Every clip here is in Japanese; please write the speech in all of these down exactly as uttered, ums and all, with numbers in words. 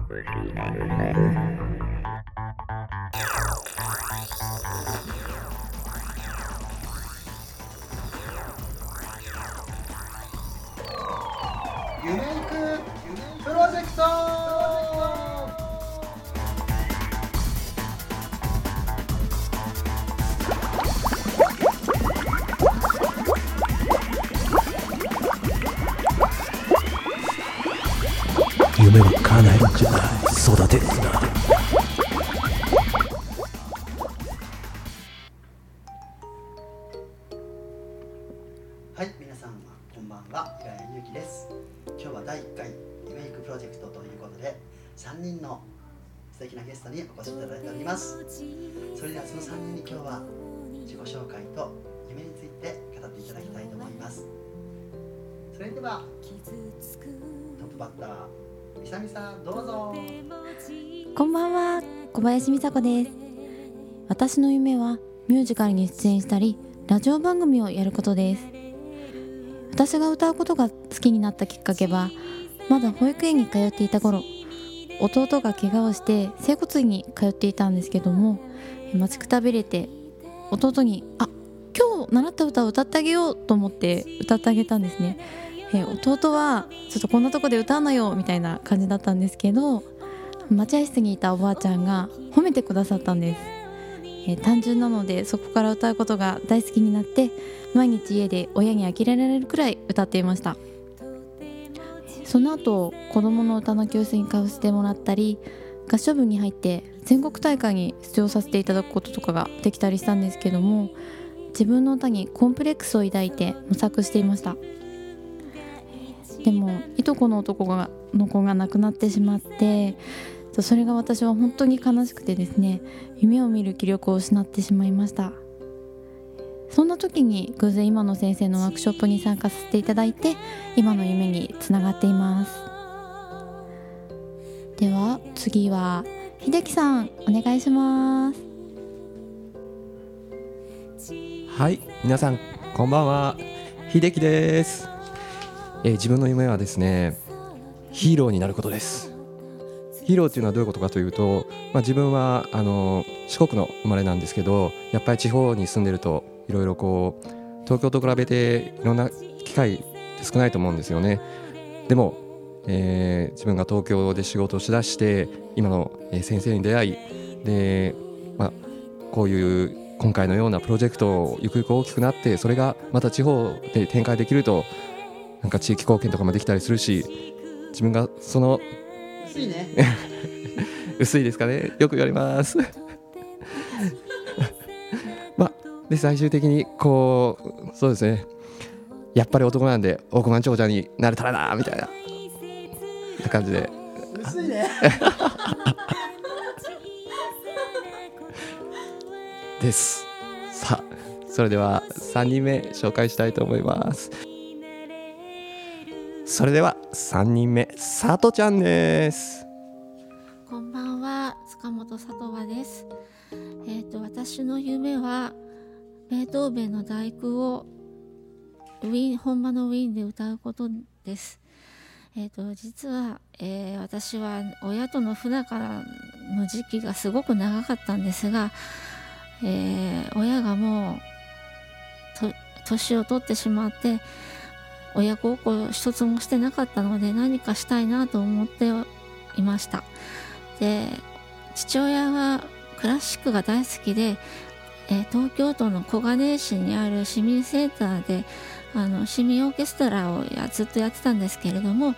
夢いくプロジェクト。 夢は叶えるんじゃない、育てるんだ。 はい、皆さんこんばんは、平谷祐希です。今日はだいいっかい夢いくプロジェクトということでさんにんの素敵なゲストにお越しいただいております。それではそのさんにんに今日は自己紹介と夢について語っていただきたいと思います。それではトップバッター、みさみさんどうぞ。 こんばんは、小林美佐子です。私の夢はミュージカルに出演したりラジオ番組をやることです。私が歌うことが好きになったきっかけは、まだ保育園に通っていた頃、弟が怪我をして整骨院に通っていたんですけども、待ちくたびれて弟にあ今日習った歌を歌ってあげようと思って歌ってあげたんですね。え弟はちょっとこんなとこで歌うなよみたいな感じだったんですけど、待合室にいたおばあちゃんが褒めてくださったんです。えー、単純なのでそこから歌うことが大好きになって、毎日家で親に呆れられるくらい歌っていました。その後子どもの歌の教室に通わせてもらったり、合唱部に入って全国大会に出場させていただくこととかができたりしたんですけども、自分の歌にコンプレックスを抱いて模索していました。でもいとこの男がの子が亡くなってしまって、それが私は本当に悲しくてですね、夢を見る気力を失ってしまいました。そんな時に偶然今野先生のワークショップに参加させていただいて、今の夢につながっています。では次は秀樹さんお願いします。 はい、皆さんこんばんは、秀樹です。えー、自分の夢はですね、ヒーローになることです。ヒーローっていうのはどういうことかというと、まあ、自分はあの四国の生まれなんですけど、やっぱり地方に住んでるといろいろこう東京と比べていろんな機会って少ないと思うんですよね。でも、えー、自分が東京で仕事をしだして今の先生に出会いで、まあ、こういう今回のようなプロジェクトをゆくゆく大きくなって、それがまた地方で展開できると、なんか地域貢献とかもできたりするし、自分がその薄いね薄いですかね、よく言われますまあで最終的にこうそうですね、やっぱり男なんで億万長者になれたらなみたいな感じで薄いねです。さあそれではさんにんめ紹介したいと思います。それではさんにんめ、さとちゃんです。 こんばんは、塚本さとわです。えっと私の夢はベートーベンの第九をウィーン本場のウィーンで歌うことです。えっと実は、えー、私は親との不仲の時期がすごく長かったんですが、えー、親がもうと年を取ってしまって親孝行一つもしてなかったので、何かしたいなと思っていました。で、父親はクラシックが大好きで、えー、東京都の小金井市にある市民センターであの市民オーケストラをやずっとやってたんですけれども、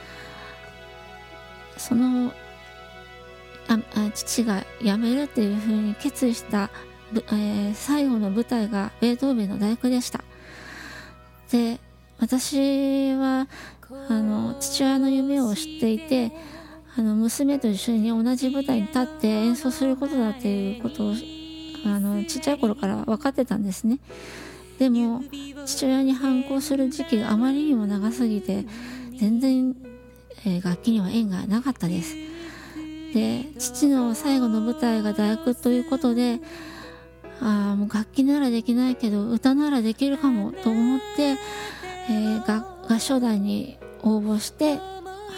そのああ父が辞めるっていうふうに決意した、えー、最後の舞台がベートーベンの第九でした。で、私はあの父親の夢を知っていて、あの娘と一緒に同じ舞台に立って演奏することだっていうことをあのちっちゃい頃から分かってたんですね。でも父親に反抗する時期があまりにも長すぎて、全然、えー、楽器には縁がなかったです。で、父の最後の舞台が第九ということで、あもう楽器ならできないけど歌ならできるかもと思って、えー、合唱団に応募して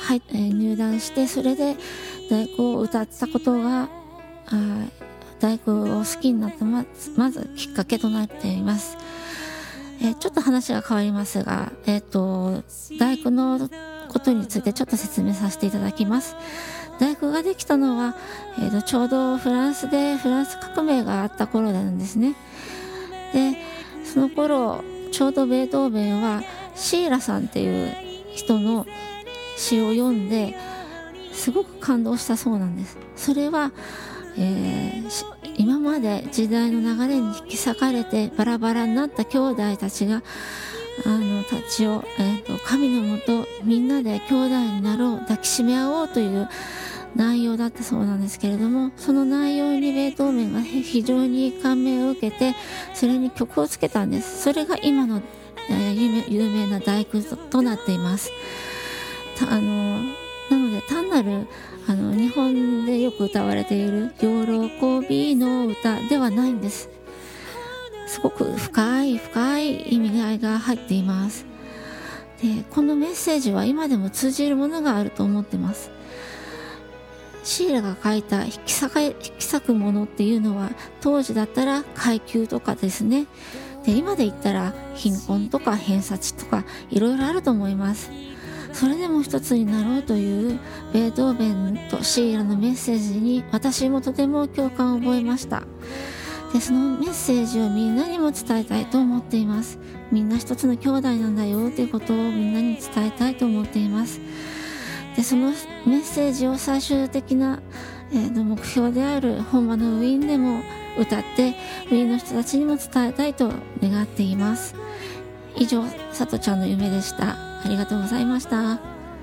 入、えー、入団して、それで大工を歌ったことがあ大工を好きになったまず、まずきっかけとなっています。えー、ちょっと話が変わりますが、えー、と大工のことについてちょっと説明させていただきます。大工ができたのは、えー、とちょうどフランスでフランス革命があった頃なんですね。でその頃ちょうどベートーベンはシーラさんっていう人の詩を読んですごく感動したそうなんです。それは、えー、今まで時代の流れに引き裂かれてバラバラになった兄弟たちがあのたちを、えー、と神のもとみんなで兄弟になろう、抱きしめ合おうという内容だったそうなんですけれども、その内容にベートーベンが非常に感銘を受けてそれに曲をつけたんです。それが今の、えー、有名な大工となっています。あのなので単なるあの日本でよく歌われている喜びの歌ではないんです。すごく深い深い意味合いが入っています。でこのメッセージは今でも通じるものがあると思ってます。シーラが書いた引き裂か、引き裂くものっていうのは当時だったら階級とかですね。で今で言ったら貧困とか偏差値とかいろいろあると思います。それでも一つになろうというベートーベンとシーラのメッセージに私もとても共感を覚えました。でそのメッセージをみんなにも伝えたいと思っています。みんな一つの兄弟なんだよということをみんなに伝えたいと思っています。でそのメッセージを最終的な、えー、目標である本場のウィーンでも歌ってウィーンの人たちにも伝えたいと願っています。以上、さとちゃんの夢でした。ありがとうございました。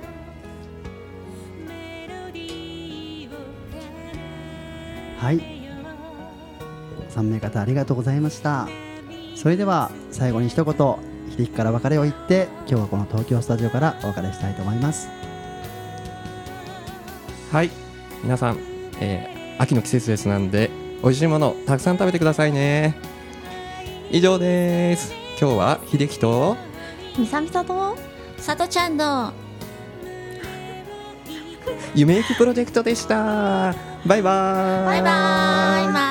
はい、さんめい方ありがとうございました。それでは最後に一言、秀樹から別れを言って今日はこの東京スタジオからお別れしたいと思います。 はい、皆さん、えー、秋の季節ですなんで美味しいものたくさん食べてくださいね。以上です。今日は秀樹とみさみさとさとちゃんの夢行きプロジェクトでした。バイバーイ。 バイバーイ。